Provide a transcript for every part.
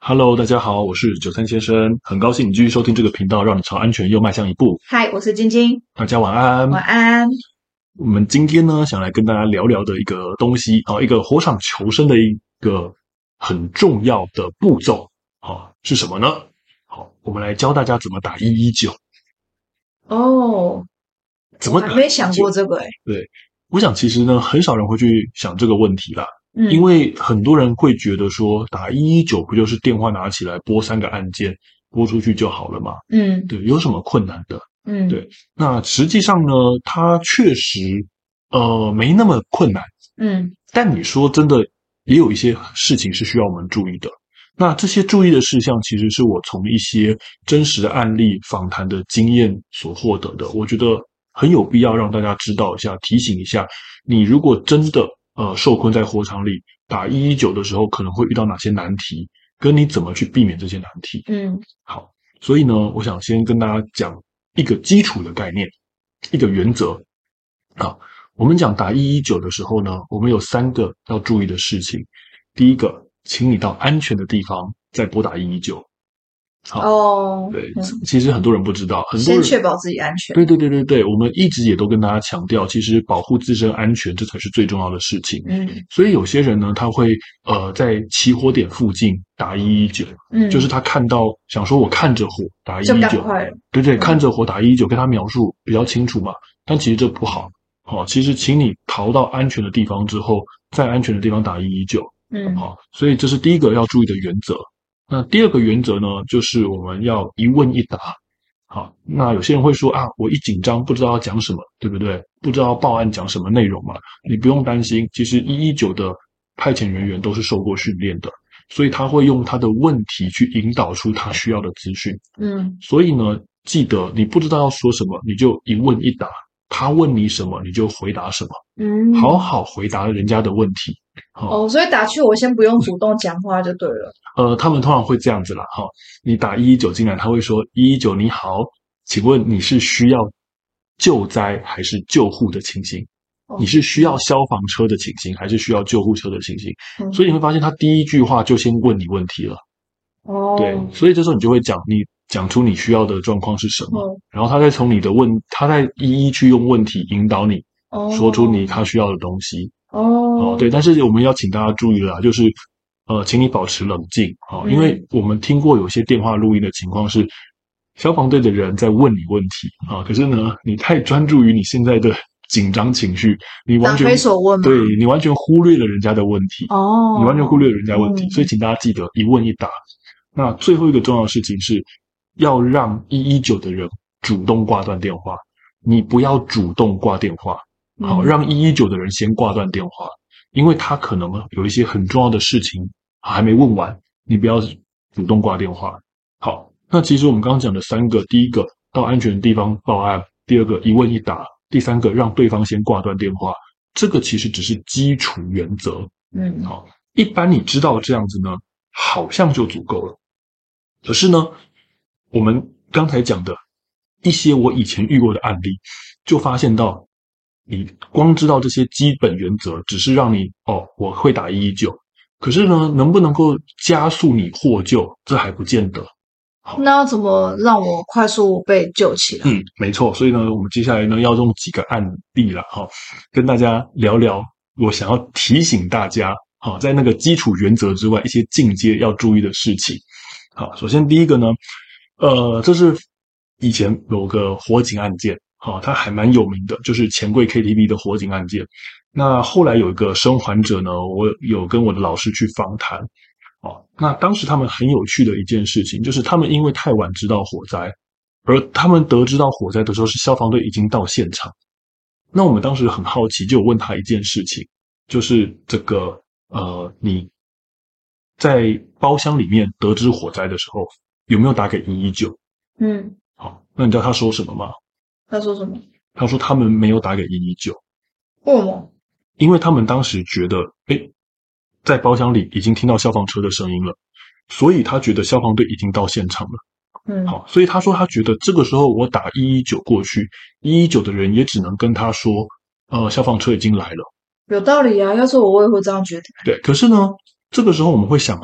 Hello，大家好，我是93先生，很高兴你继续收听这个频道，让你朝安全又迈向一步。 嗨，我是晶晶， 大家晚安。 晚安。 我们今天呢，想来跟大家聊聊的一个东西啊，一个火场求生的一个很重要的步骤啊，是什么呢？好，我们来教大家怎么打119。 哦，我怎么打还没想过 119？ 这个对，我想其实呢，很少人会去想这个问题啦。因嗯为很多人会觉得说，打119不就是电话拿起来拨3个按键，拨出去就好了嘛？ 嗯对，有什么困难的？ 嗯对，那实际上呢，它确实没那么困难， 嗯但你说真的，也有一些事情是需要我们注意的。那这些注意的事项，其实是我从一些真实的案例访谈的经验所获得的。我觉得很有必要让大家知道一下，提醒一下，你如果真的受困在火场里打119的时候，可能会遇到哪些难题，跟你怎么去避免这些难题。 嗯好，所以呢，我想先跟大家讲一个基础的概念，一个原则。好，我们讲打119的时候呢，我们有3个要注意的事情。第一个，请你到安全的地方再拨打119。好， 哦， 对，其实很多人不知道，很多先人确保自己安全。 对，我们一直也都跟大家强调，其实保护自身安全这才是最重要的事情。 嗯所以有些人呢，他会在起火点附近打119，就是嗯， 他看到想说我看着火打就赶 119， 快了。 对，看着火打119，跟他描述比较清楚嘛。但其实这不好。好，其实请你逃到安全的地方之后，在安全的地方打119。 嗯好，所以这是第一个要注意的原则。那第二个原则呢，就是我们要一问一答。好，那有些人会说啊，我一紧张不知道要讲什么，对不对？不知道报案讲什么内容嘛？你不用担心，其实119的派遣人员都是受过训练的，所以他会用他的问题去引导出他需要的资讯。 嗯所以呢，记得你不知道要说什么，你就一问一答，他问你什么你就回答什么，好嗯， 好回答人家的问题。好， 哦，所以打去我先不用主动讲话就对了。 他们通常会这样子啦，哈，你打119进来，他会说119你好，请问你是需要救灾还是救护的情形？ 哦， 你是需要消防车的情形，还是需要救护车的情形？所以嗯你会发现，他第一句话就先问你问题了。对， 哦所以这时候你就会你讲出你需要的状况是什么， 哦然后他再从你的他再一一去用问题引导你，说出哦他需要的东西。哦， 哦， 对，但是我们要请大家注意了啦，就是请你保持冷静啊，因为我们听过有些电话录音的情况是，消防队的人在问你问题啊，可是呢，你太专注于你现在的紧张情绪，你完全答非所问嘛。 对你完全忽略了人家的问题， 哦， 你完全忽略了人家问题，所以嗯请大家记得一问一答。那最后一个重要的事情是，要让119的人主动挂断电话，你不要主动挂电话。好，让119的人先挂断电话，因为他可能有一些很重要的事情还没问完，你不要主动挂电话。好，那其实我们刚刚讲的3个，第一个到安全的地方报案，第二个一问一答，第三个让对方先挂断电话，这个其实只是基础原则。 嗯好，一般你知道这样子呢，好像就足够了。可是呢，我们刚才讲的一些我以前遇过的案例，就发现到你光知道这些基本原则，只是让你我会打119，可是呢，能不能够加速你获救，这还不见得。 那要怎么让我快速被救起来？ 没错。所以呢，我们接下来呢要用几个案例了哈，跟大家聊聊我想要提醒大家，好，在那个基础原则之外，一些进阶要注意的事情。好，首先第一个呢，这是以前有个火警案件，好，它还蛮有名的，就是钱柜 KTV 的火警案件。那后来有一个生还者呢，我有跟我的老师去访谈。那当时他们很有趣的一件事情，就是他们因为太晚知道火灾，而他们得知到火灾的时候是消防队已经到现场。那我们当时很好奇，就问他一件事情，就是这个你在包厢里面得知火灾的时候，有没有打给119？ 嗯， 好，那你知道他说什么吗？ 他说什么？ 他说他们没有打给119， 为什么？ 因为他们当时觉得，在包厢里已经听到消防车的声音了，所以他觉得消防队已经到现场了。好，所以他说他觉得这个时候我打119过去，119的人也只能跟他说，消防车已经来了。 有道理啊。要是我也会这样觉得。 对，可是呢，这个时候我们会想，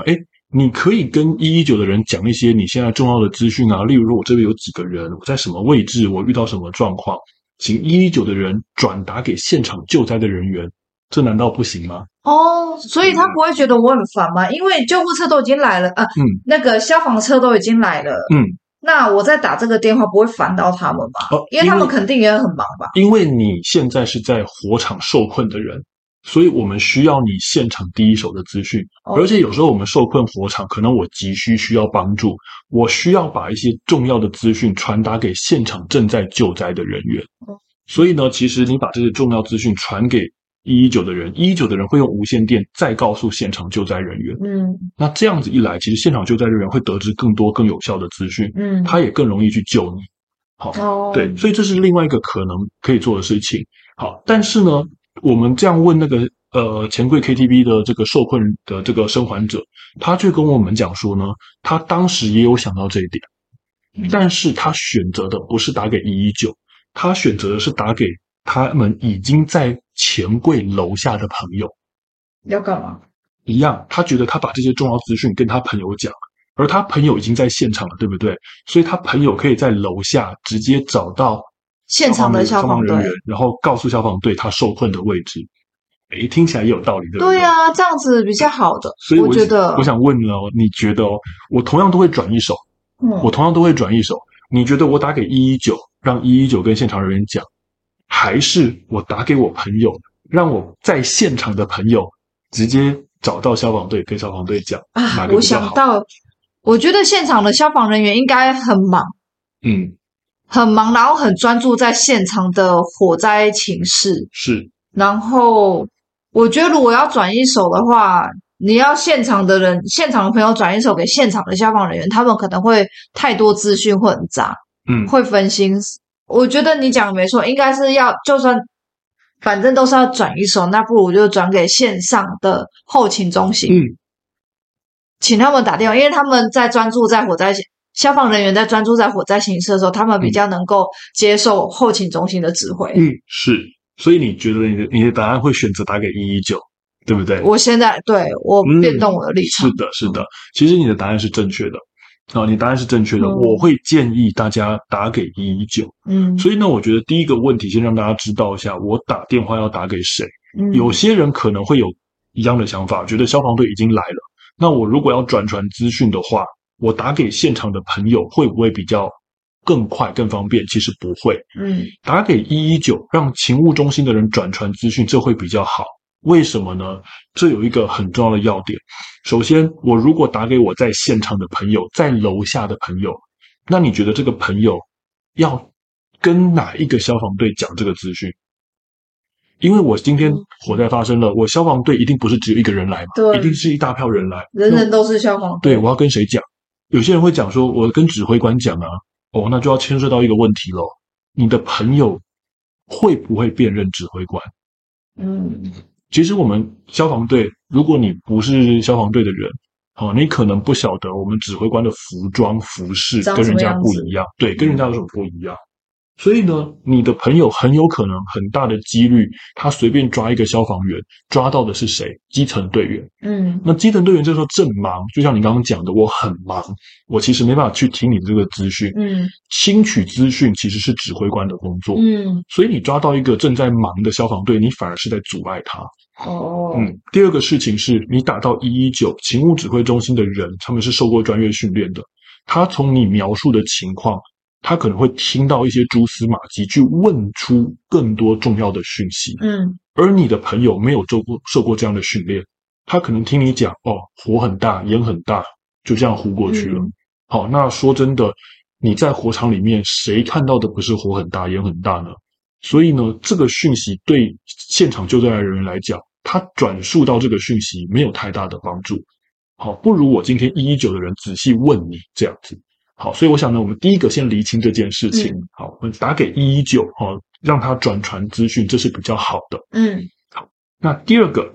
你可以跟119的人讲一些你现在重要的资讯啊，例如说我这边有几个人，我在什么位置，我遇到什么状况，请119的人转达给现场救灾的人员，这难道不行吗？ 哦，所以他不会觉得我很烦吗？因为救护车都已经来了，那个消防车都已经来了，那我再打这个电话不会烦到他们吗？因为他们肯定也很忙吧。 因为你现在是在火场受困的人，所以我们需要你现场第一手的资讯，而且有时候我们受困火场，可能我急需要帮助，我需要把一些重要的资讯传达给现场正在救灾的人员。所以呢，其实你把这些重要资讯传给119的人，119的人会用无线电再告诉现场救灾人员。那这样子一来，其实现场救灾人员会得知更多更有效的资讯，他也更容易去救你。好，对，所以这是另外一个可能可以做的事情。好，但是呢，我们这样问那个钱柜 KTV 的这个受困的这个生还者，他却跟我们讲说呢，他当时也有想到这一点，但是他选择的不是打给119，他选择的是打给他们已经在钱柜楼下的朋友。 要干嘛？ 一样，他觉得他把这些重要资讯跟他朋友讲，而他朋友已经在现场了，对不对？所以他朋友可以在楼下直接找到现场的消防人员，然后告诉消防队他受困的位置。听起来也有道理，对不对？ 对啊，这样子比较好的。 所以我觉得， 我想问了，你觉得我同样都会转一手，我同样都会转一手，你觉得我打给119，让119跟现场人员讲，还是我打给我朋友，让我在现场的朋友直接找到消防队跟消防队讲哪个比较好？ 我想到，我觉得现场的消防人员应该很忙，很忙，然后很专注在现场的火灾情势。 是， 然后我觉得如果要转一手的话，你要现场的朋友转一手给现场的消防人员，他们可能会太多资讯会很杂，会分心。我觉得你讲的没错，应该是要就算反正都是要转一手，那不如就转给线上的后勤中心，请他们打电话，因为他们在专注在消防人员在专注在火灾形势的时候，他们比较能够接受后勤中心的指挥。 是，所以你觉得你的答案会选择打给119，对不对？ 我现在对我变动我的立场。 是的，其实你的答案是正确的。你答案是正确的，我会建议大家打给119。所以呢，我觉得第一个问题先让大家知道一下，我打电话要打给谁。有些人可能会有一样的想法，觉得消防队已经来了，那我如果要转传资讯的话，我打给现场的朋友会不会比较更快更方便？其实不会。打给119，让勤务中心的人转传资讯，这会比较好。为什么呢？这有一个很重要的要点。首先，我如果打给我在现场的朋友，在楼下的朋友，那你觉得这个朋友要跟哪一个消防队讲这个资讯？因为我今天火灾发生了，我消防队一定不是只有一个人来嘛，一定是一大票人来， 人人都是消防队。 对，我要跟谁讲？有些人会讲说，我跟指挥官讲啊，那就要牵涉到一个问题咯，你的朋友会不会辨认指挥官？其实我们消防队，如果你不是消防队的人，你可能不晓得我们指挥官的服装服饰跟人家不一样，对，跟人家有什么不一样。所以呢，你的朋友很有可能很大的几率，他随便抓一个消防员，抓到的是谁？基层队员。那基层队员这时候正忙，就像你刚刚讲的，我很忙，我其实没办法去听你这个资讯。清取资讯其实是指挥官的工作。所以你抓到一个正在忙的消防队，你反而是在阻碍他。第二个事情是你打到119勤务指挥中心的人，他们是受过专业训练的，他从你描述的情况，他可能会听到一些蛛丝马迹，去问出更多重要的讯息。而你的朋友没有受过这样的训练，他可能听你讲火很大，烟很大，就这样呼过去了。好，那说真的，你在火场里面，谁看到的不是火很大，烟很大呢？所以呢，这个讯息对现场救灾人员来讲，他转述到这个讯息没有太大的帮助。好，不如我今天119的人仔细问你这样子。好，所以我想呢，我们第一个先厘清这件事情。好，我们打给119，让他转传资讯，这是比较好的。好，那第二个，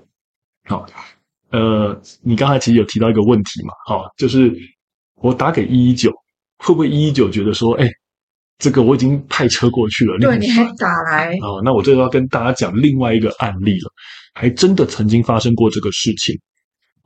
你刚才其实有提到一个问题嘛，就是我打给119，会不会119觉得说，这个我已经派车过去了， 对，你还打来那我这个要跟大家讲另外一个案例了，还真的曾经发生过这个事情。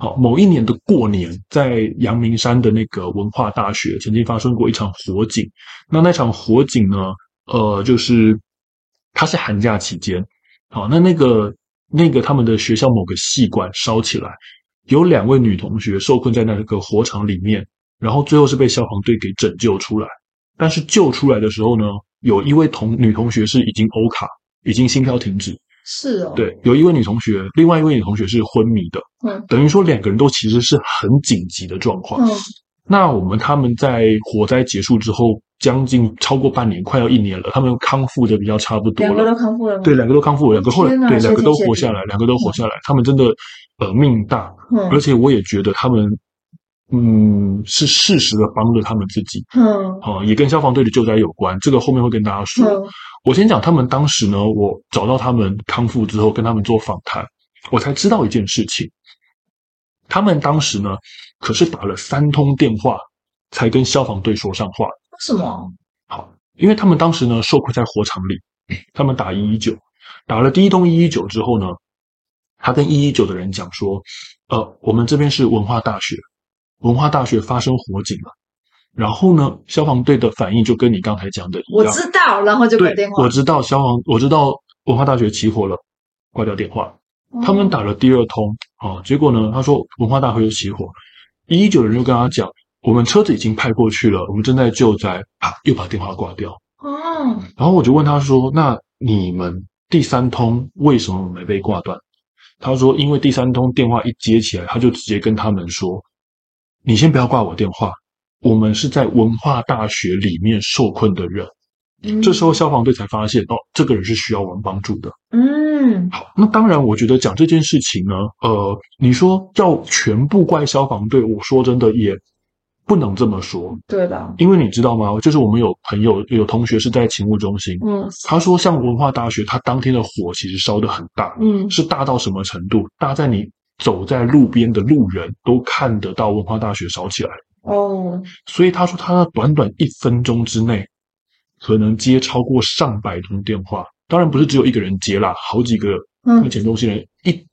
好，某一年的过年，在阳明山的那个文化大学曾经发生过一场火警。那场火警呢，就是它是寒假期间，好，那个他们的学校某个系馆烧起来，有2位女同学受困在那个火场里面，然后最后是被消防队给拯救出来。但是救出来的时候呢，有一位女同学是已经欧卡，已经心跳停止。 是哦， 对，有一位女同学，另外一位女同学是昏迷的，等于说2个人都其实是很紧急的状况。那他们在火灾结束之后，将近超过半年，快要1年了，他们康复的比较差不多了。 2个都康复了吗？ 对，2个都康复了，2个后来对2个都活下来，2个都活下来，他们真的命大，而且我也觉得他们是适时的帮了他们自己，也跟消防队的救灾有关，这个后面会跟大家说。我先讲他们当时呢，我找到他们康复之后，跟他们做访谈，我才知道一件事情，他们当时呢，可是打了3通电话才跟消防队说上话。 为什么？ 好，因为他们当时呢受困在火场里，他们打119，打了第1通119之后呢，他跟119的人讲说，我们这边是文化大学发生火警了。然后呢，消防队的反应就跟你刚才讲的一样。 我知道，然后就挂电话。 我知道文化大学起火了，挂掉电话。他们打了第2通，结果呢，他说文化大学又起火，119的人就跟他讲，我们车子已经派过去了，我们正在救灾，又把电话挂掉。然后我就问他说，那你们第3通为什么没被挂断？他说，因为第3通电话一接起来，他就直接跟他们说，你先不要挂我电话。我们是在文化大学里面受困的人，这时候消防队才发现，这个人是需要我们帮助的。好，那当然，我觉得讲这件事情呢，你说要全部怪消防队，我说真的也不能这么说。 对的， 因为你知道吗？就是我们有同学是在勤务中心，他说像文化大学，他当天的火其实烧得很大，是大到什么程度？大在你走在路边的路人都看得到文化大学烧起来。所以他说他短短1分钟之内可能接超过上百通电话，当然不是只有1个人接啦，好几个前中心人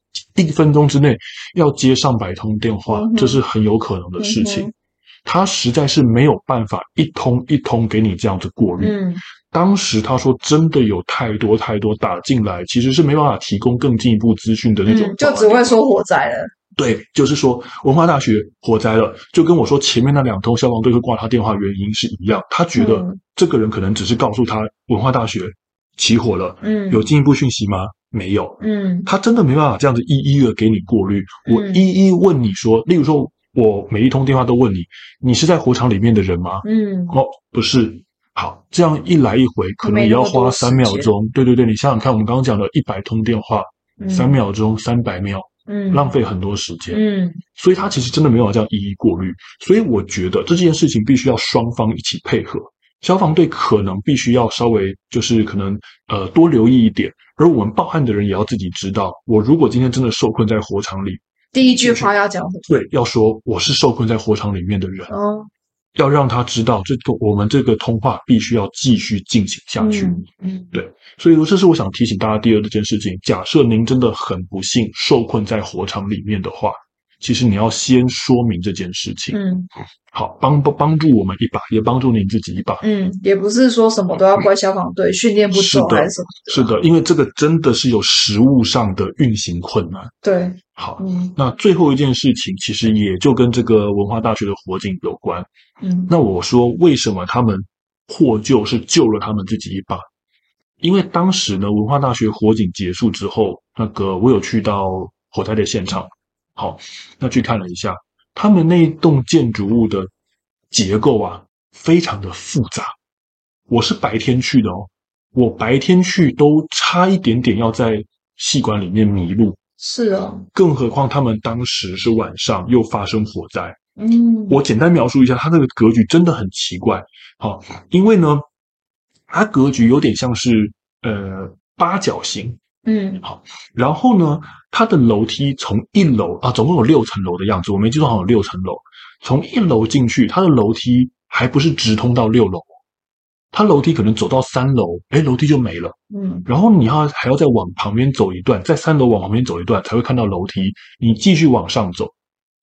1分钟之内要接上百通电话，这是很有可能的事情。他实在是没有办法一通一通给你这样子过滤。当时他说真的有太多打进来，其实是没办法提供更进一步资讯的那种， 就只会说火灾了。 对，就是说文化大学火灾了，就跟我说前面那2通消防队会挂他电话原因是一样。他觉得这个人可能只是告诉他文化大学起火了，有进一步讯息吗？没有，他真的没办法这样子一一的给你过滤。我一一问你说，例如说我每一通电话都问你，你是在火场里面的人吗？不是。好，这样一来一回可能也要花3秒钟。对，你想想看，我们刚刚讲了100通电话，3秒钟300秒。浪费很多时间，所以他其实真的没有这样一一过滤，所以我觉得这件事情必须要双方一起配合，消防队可能必须要稍微就是可能多留意一点，而我们报案的人也要自己知道，我如果今天真的受困在火场里， 第一句话要讲， 对，要说我是受困在火场里面的人，要让他知道我们这个通话必须要继续进行下去。对，所以说这是我想提醒大家第2件事情。假设您真的很不幸受困在火场里面的话，其实你要先说明这件事情。好，帮助我们一把，也帮助您自己一把。 也不是说什么都要怪消防队训练不足还是什么的。 是的，因为这个真的是有实务上的运行困难。 对， 好，那最后一件事情其实也就跟这个文化大学的火警有关。那我说为什么他们获救是救了他们自己一把？因为当时呢，文化大学火警结束之后，我有去到火灾的现场，好，那去看了一下，他们那一栋建筑物的结构啊，非常的复杂。我是白天去的我白天去都差一点点要在系馆里面迷路。 是哦， 更何况他们当时是晚上又发生火灾。我简单描述一下，它这个格局真的很奇怪。好，因为呢，它格局有点像是八角形。好，然后呢，它的楼梯从1楼总共有6层楼的样子，我没记错，好像有6层楼。从1楼进去，它的楼梯还不是直通到6楼，它楼梯可能走到3楼，楼梯就没了。然后你还要再往旁边走一段，在3楼往旁边走一段才会看到楼梯，你继续往上走，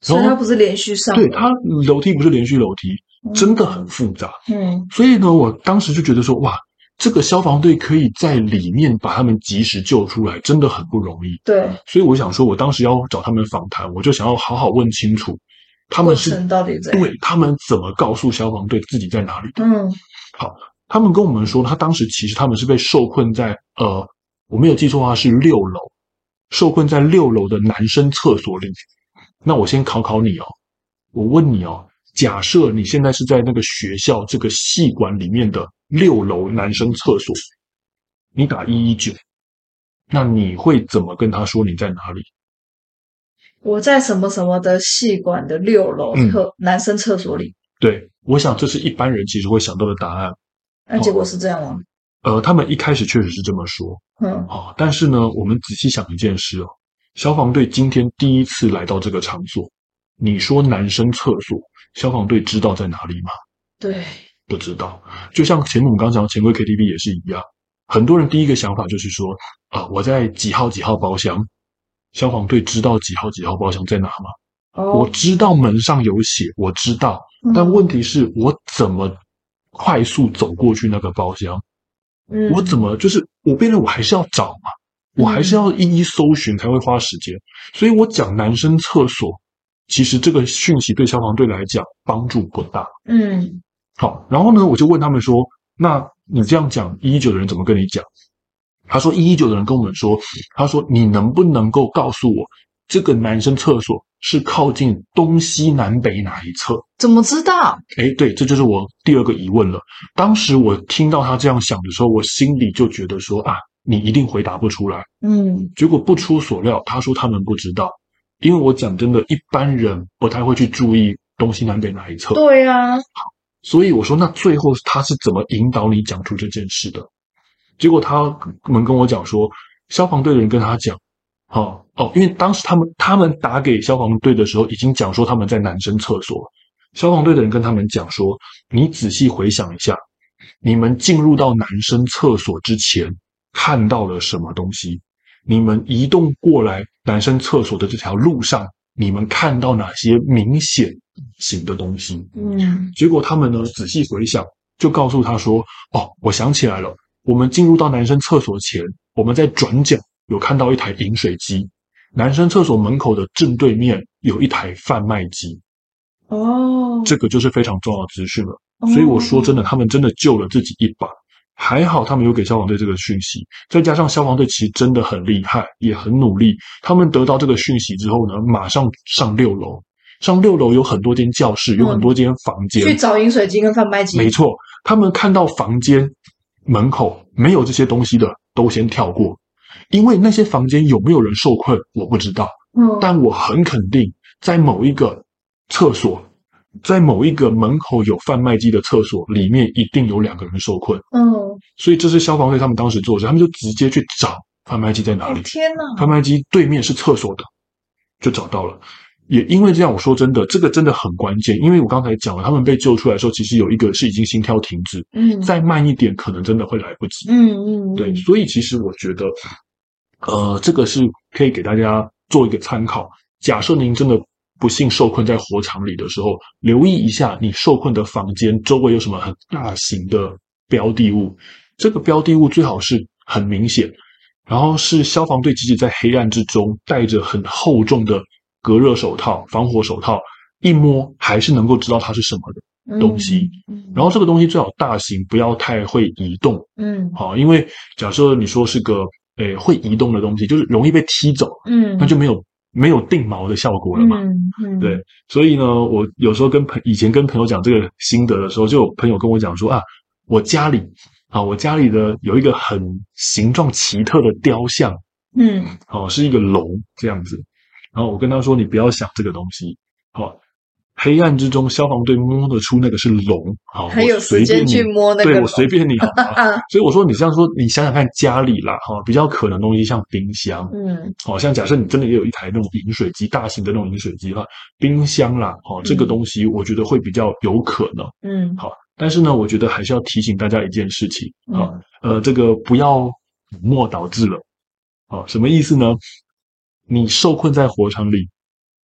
所以它不是连续上， 对，它楼梯不是连续楼梯，真的很复杂。所以呢，我当时就觉得说，哇，这个消防队可以在里面把他们及时救出来，真的很不容易。 对， 所以我想说，我当时要找他们访谈，我就想要好好问清楚，他们是到底怎样， 对他们怎么告诉消防队自己在哪里的。好，他们跟我们说，他当时其实他们是被受困在我没有记错的话是6楼，受困在6楼的男生厕所里。那我先考考你哦，我问你哦，假设你现在是在那个学校这个系馆里面的6楼男生厕所，你打119，那你会怎么跟他说你在哪里？ 我在什么什么的系馆的6楼男生厕所里。 对，我想这是一般人其实会想到的答案。 那结果是这样吗？ 他们一开始确实是这么说。但是呢，我们仔细想一件事哦，消防队今天第一次来到这个场所，你说男生厕所，消防队知道在哪里吗？ 对， 不知道。就像前面我们刚讲的钱柜 KTV 也是一样，很多人第一个想法就是说，我在几号几号包厢，消防队知道几号几号包厢在哪吗？我知道门上有写，我知道，但问题是我怎么快速走过去那个包厢？我怎么就是我变成我还是要找嘛，我还是要一一搜寻才会花时间。所以我讲男生厕所，其实这个讯息对消防队来讲帮助不大。好，然后呢，我就问他们说，那你这样讲119的人怎么跟你讲？他说119的人跟我们说，他说你能不能够告诉我这个男生厕所是靠近东西南北哪一侧？ 怎么知道？ 对，这就是我第二个疑问了。当时我听到他这样想的时候，我心里就觉得说你一定回答不出来。结果不出所料，他说他们不知道，因为我讲真的，一般人不太会去注意东西南北哪一侧。 对啊， 所以我说，那最后他是怎么引导你讲出这件事的？结果他们跟我讲说，消防队的人跟他讲，因为当时他们打给消防队的时候，已经讲说他们在男生厕所。消防队的人跟他们讲说，你仔细回想一下，你们进入到男生厕所之前看到了什么东西？你们移动过来男生厕所的这条路上，你们看到哪些明显型的东西？结果他们呢仔细回想，就告诉他说，我想起来了，我们进入到男生厕所前，我们在转角有看到一台饮水机，男生厕所门口的正对面有一台贩卖机。这个就是非常重要的资讯了。所以我说真的，他们真的救了自己一把。还好他们有给消防队这个讯息，再加上消防队其实真的很厉害，也很努力。他们得到这个讯息之后呢，马上上6楼。上6楼有很多间教室，有很多间房间， 去找饮水机跟贩卖机。 没错，他们看到房间门口没有这些东西的，都先跳过，因为那些房间有没有人受困我不知道。但我很肯定，在某一个厕所，在某一个门口有贩卖机的厕所里面，一定有2个人受困。所以这是消防队他们当时做的事，他们就直接去找贩卖机在哪里。 天哪！ 贩卖机对面是厕所的，就找到了。也因为这样，我说真的，这个真的很关键。因为我刚才讲了，他们被救出来的时候，其实有一个是已经心跳停止，再慢一点可能真的会来不及。对，所以其实我觉得，这个是可以给大家做一个参考。假设您真的不幸受困在火场里的时候，留意一下你受困的房间周围有什么很大型的标的物，这个标的物最好是很明显，然后是消防队即使在黑暗之中戴着很厚重的隔热手套、防火手套，一摸还是能够知道它是什么的东西。然后这个东西最好大型，不要太会移动。因为假设你说是个会移动的东西，就是容易被踢走，那就没有定锚的效果了嘛。对，所以呢，我有时候以前跟朋友讲这个心得的时候，就有朋友跟我讲说我家里的有一个很形状奇特的雕像，是一个龙这样子。然后我跟他说，你不要想这个东西，黑暗之中消防队摸得出那个是龙， 还有时间去摸那个龙， 对，我随便你。所以我说你这样说，你想想看家里啦，比较可能的东西像冰箱，像假设你真的也有一台那种饮水机，大型的那种饮水机的话，冰箱啦，这个东西我觉得会比较有可能。但是呢，我觉得还是要提醒大家一件事情，这个不要本末倒置了。什么意思呢？你受困在火场里，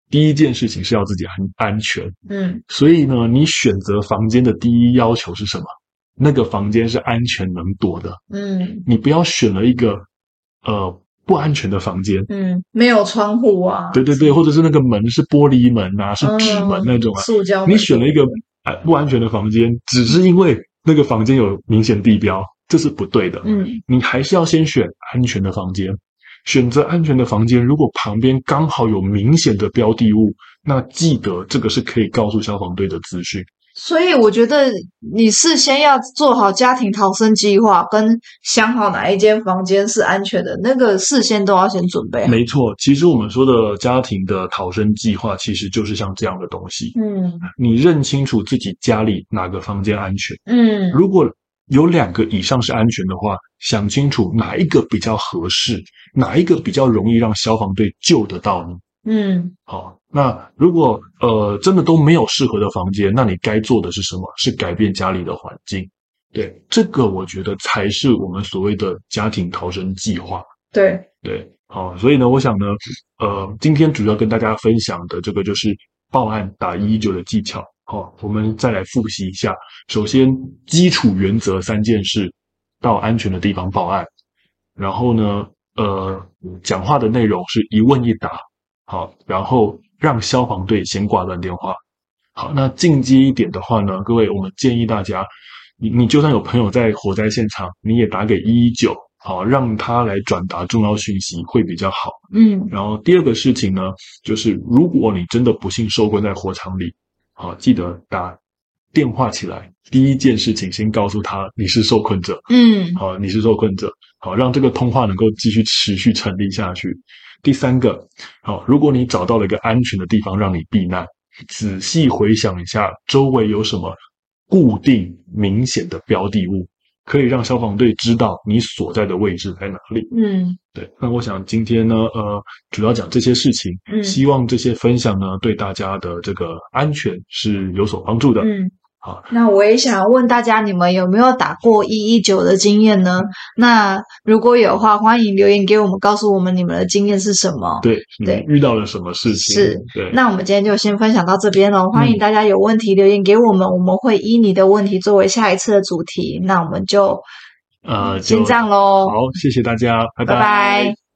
第一件事情是要自己安全。所以呢，你选择房间的第一要求是什么？那个房间是安全能躲的。你不要选了一个不安全的房间， 没有窗户啊， 对对对，或者是那个门是玻璃门啊，是纸门那种啊， 塑胶门。 你选了一个不安全的房间，只是因为那个房间有明显地标，这是不对的。你还是要先选安全的房间。选择安全的房间，如果旁边刚好有明显的标的物，那记得这个是可以告诉消防队的资讯。 所以我觉得你事先要做好家庭逃生计划，跟想好哪一间房间是安全的，那个事先都要先准备好。 没错，其实我们说的家庭的逃生计划其实就是像这样的东西。你认清楚自己家里哪个房间安全。如果有2个以上是安全的话，想清楚哪一个比较合适，哪一个比较容易让消防队救得到你。好，那如果真的都没有适合的房间，那你该做的是什么？是改变家里的环境。对，这个我觉得才是我们所谓的家庭逃生计划。 对对，好，所以呢，我想呢，今天主要跟大家分享的这个就是报案打119的技巧。好，我们再来复习一下。首先，基础原则3件事：到安全的地方报案，然后呢，讲话的内容是一问一答。好，然后让消防队先挂断电话。好，那进阶一点的话呢，各位，我们建议大家，你就算有朋友在火灾现场，你也打给119，好，让他来转达重要讯息会比较好。然后第二个事情呢，就是如果你真的不幸受困在火场里，好，记得打电话起来，第一件事情先告诉他你是受困者。好，你是受困者，好，让这个通话能够继续持续成立下去。第3个，好，如果你找到了一个安全的地方让你避难，仔细回想一下周围有什么固定明显的标的物，可以让消防队知道你所在的位置在哪里。对，那我想今天呢，主要讲这些事情，希望这些分享呢对大家的这个安全是有所帮助的。好， 那我也想要问大家，你们有没有打过119的经验呢？那如果有的话，欢迎留言给我们，告诉我们你们的经验是什么。 对，你遇到了什么事情？ 是， 对。 那我们今天就先分享到这边咯。欢迎大家有问题留言给我们，我们会依你的问题作为下一次的主题。那我们就先这样咯。 好，谢谢大家，拜拜拜。